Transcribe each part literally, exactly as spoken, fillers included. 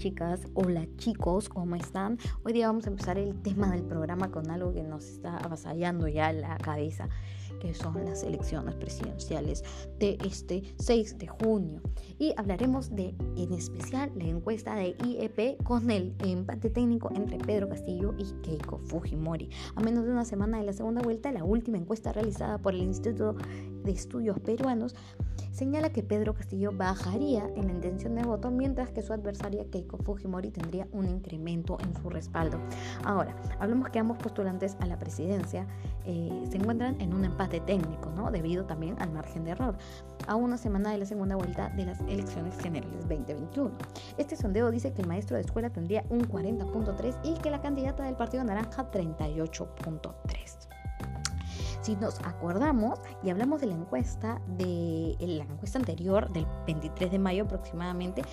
chicas, hola chicos, ¿cómo están? Hoy día vamos a empezar el tema del programa con algo que nos está avasallando ya la cabeza, que son las elecciones presidenciales de este seis de junio. Y hablaremos de, en especial, la encuesta de I E P con el empate técnico entre Pedro Castillo y Keiko Fujimori. A menos de una semana de la segunda vuelta, la última encuesta realizada por el Instituto de Estudios Peruanos señala que Pedro Castillo bajaría en la intención de voto, mientras que su adversaria Keiko Fujimori tendría un incremento en su respaldo. Ahora, hablamos que ambos postulantes a la presidencia eh, se encuentran en un empate técnico, ¿no? Debido también al margen de error, a una semana de la segunda vuelta de las elecciones generales veinte veintiuno. Este sondeo dice que el maestro de escuela tendría un cuarenta punto tres y que la candidata del Partido Naranja treinta y ocho punto tres. Si nos acordamos y hablamos de la encuesta de la encuesta anterior del veintitrés de mayo aproximadamente,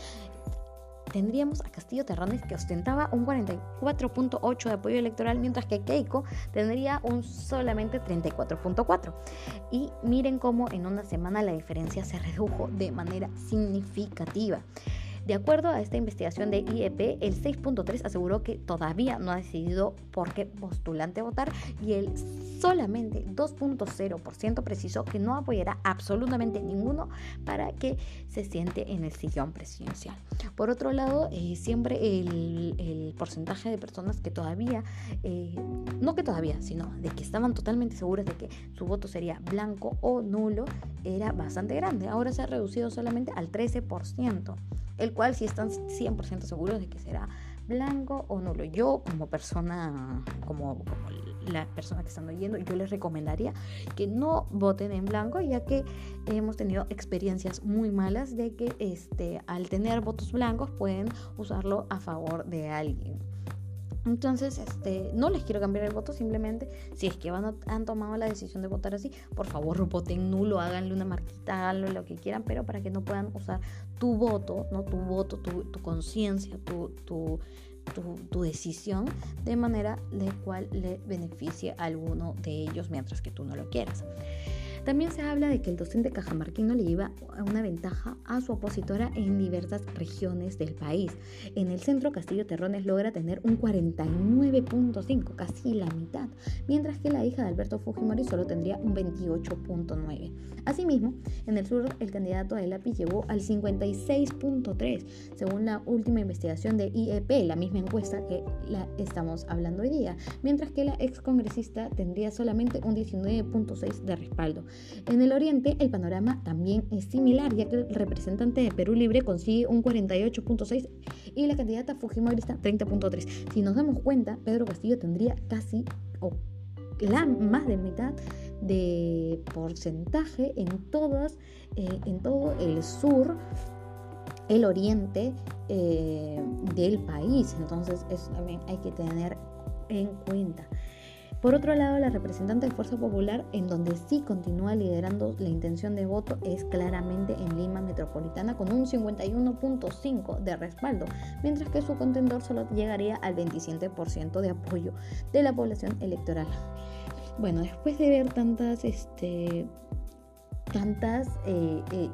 tendríamos a Castillo Terrones, que ostentaba un cuarenta y cuatro punto ocho de apoyo electoral, mientras que Keiko tendría un solamente treinta y cuatro punto cuatro. Y miren cómo en una semana la diferencia se redujo de manera significativa. De acuerdo a esta investigación de I E P, el seis punto tres aseguró que todavía no ha decidido por qué postulante votar, y el solamente dos punto cero por ciento precisó que no apoyará absolutamente ninguno para que se siente en el sillón presidencial. Por otro lado, eh, siempre el, el porcentaje de personas que todavía, eh, no que todavía, sino de que estaban totalmente seguras de que su voto sería blanco o nulo, era bastante grande. Ahora se ha reducido solamente al trece por ciento. El cual sí están cien por ciento seguros de que será blanco o nulo. Yo como persona, como, como la persona que están oyendo, yo les recomendaría que no voten en blanco, ya que hemos tenido experiencias muy malas de que este, al tener votos blancos pueden usarlo a favor de alguien. Entonces, este, no les quiero cambiar el voto, simplemente si es que van a, han tomado la decisión de votar así, por favor voten nulo, háganle una marquita, háganlo lo que quieran, pero para que no puedan usar tu voto, no tu voto, tu, tu conciencia, tu, tu, tu, tu decisión de manera de cual le beneficie a alguno de ellos, mientras que tú no lo quieras. También se habla de que el docente cajamarquino le lleva una ventaja a su opositora en diversas regiones del país. En el centro, Castillo Terrones logra tener un cuarenta y nueve punto cinco, casi la mitad, mientras que la hija de Alberto Fujimori solo tendría un veintiocho punto nueve. Asimismo, en el sur, el candidato de Lápiz llegó al cincuenta y seis punto tres, según la última investigación de I E P, la misma encuesta que la estamos hablando hoy día, mientras que la excongresista tendría solamente un diecinueve punto seis de respaldo. En el oriente, el panorama también es similar, ya que el representante de Perú Libre consigue un cuarenta y ocho punto seis y la candidata fujimorista treinta punto tres. Si nos damos cuenta, Pedro Castillo tendría casi o la más de mitad de porcentaje en todas, eh, en todo el sur, el oriente eh, del país. Entonces, eso también hay que tener en cuenta. Por otro lado, la representante de Fuerza Popular, en donde sí continúa liderando la intención de voto, es claramente en Lima Metropolitana, con un cincuenta y uno punto cinco de respaldo, mientras que su contendor solo llegaría al veintisiete por ciento de apoyo de la población electoral. Bueno, después de ver tantas, este, tantas eh, eh,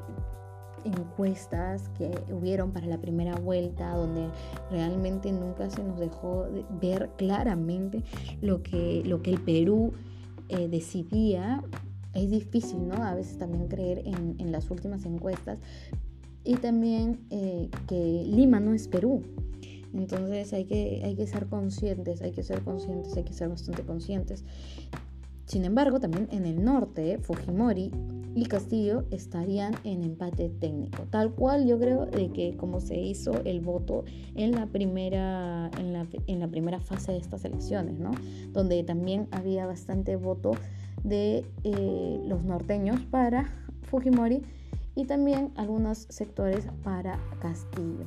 encuestas que hubieron para la primera vuelta, donde realmente nunca se nos dejó de ver claramente lo que, lo que el Perú eh, decidía, es difícil, ¿no? A veces también creer en, en las últimas encuestas, y también eh, que Lima no es Perú. Entonces hay que, hay que ser conscientes, hay que ser conscientes, hay que ser bastante conscientes. Sin embargo, también en el norte, Fujimori y Castillo estarían en empate técnico, tal cual yo creo de que como se hizo el voto en la primera, en la, en la primera fase de estas elecciones, ¿no? Donde también había bastante voto de eh, los norteños para Fujimori y también algunos sectores para Castillo.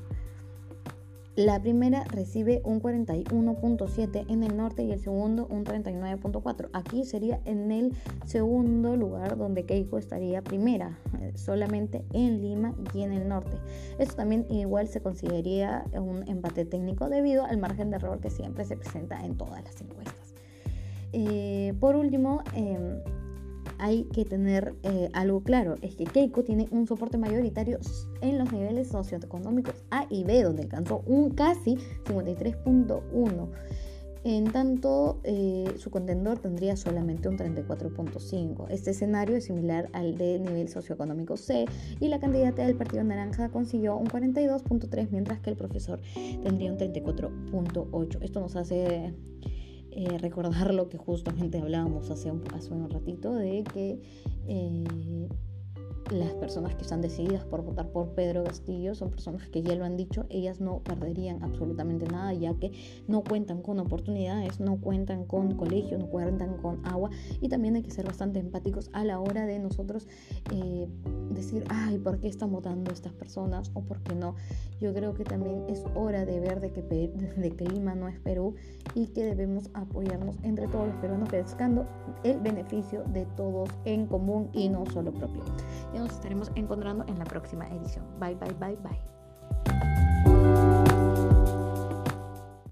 La primera recibe un cuarenta y uno punto siete en el norte y el segundo un treinta y nueve punto cuatro. Aquí sería en el segundo lugar donde Keiko estaría primera, eh, solamente en Lima y en el norte. Esto también igual se consideraría un empate técnico debido al margen de error que siempre se presenta en todas las encuestas. Eh, por último, eh, hay que tener eh, algo claro, es que Keiko tiene un soporte mayoritario en los niveles socioeconómicos A y B, donde alcanzó un casi cincuenta y tres punto uno. En tanto, eh, su contendor tendría solamente un treinta y cuatro punto cinco. Este escenario es similar al de nivel socioeconómico C, y la candidata del Partido Naranja consiguió un cuarenta y dos punto tres, mientras que el profesor tendría un treinta y cuatro punto ocho. Esto nos hace eh, recordar lo que justamente hablábamos hace un, hace un ratito, de que eh, las personas que están decididas por votar por Pedro Castillo son personas que ya lo han dicho, ellas no perderían absolutamente nada, ya que no cuentan con oportunidades, no cuentan con colegio, no cuentan con agua, y también hay que ser bastante empáticos a la hora de nosotros eh, decir, ay, ¿por qué están votando estas personas o por qué no? Yo creo que también es hora de ver de que, de que Lima no es Perú, y que debemos apoyarnos entre todos los peruanos, buscando el beneficio de todos en común y no solo propio. Ya nos estaremos encontrando en la próxima edición. Bye, bye, bye, bye.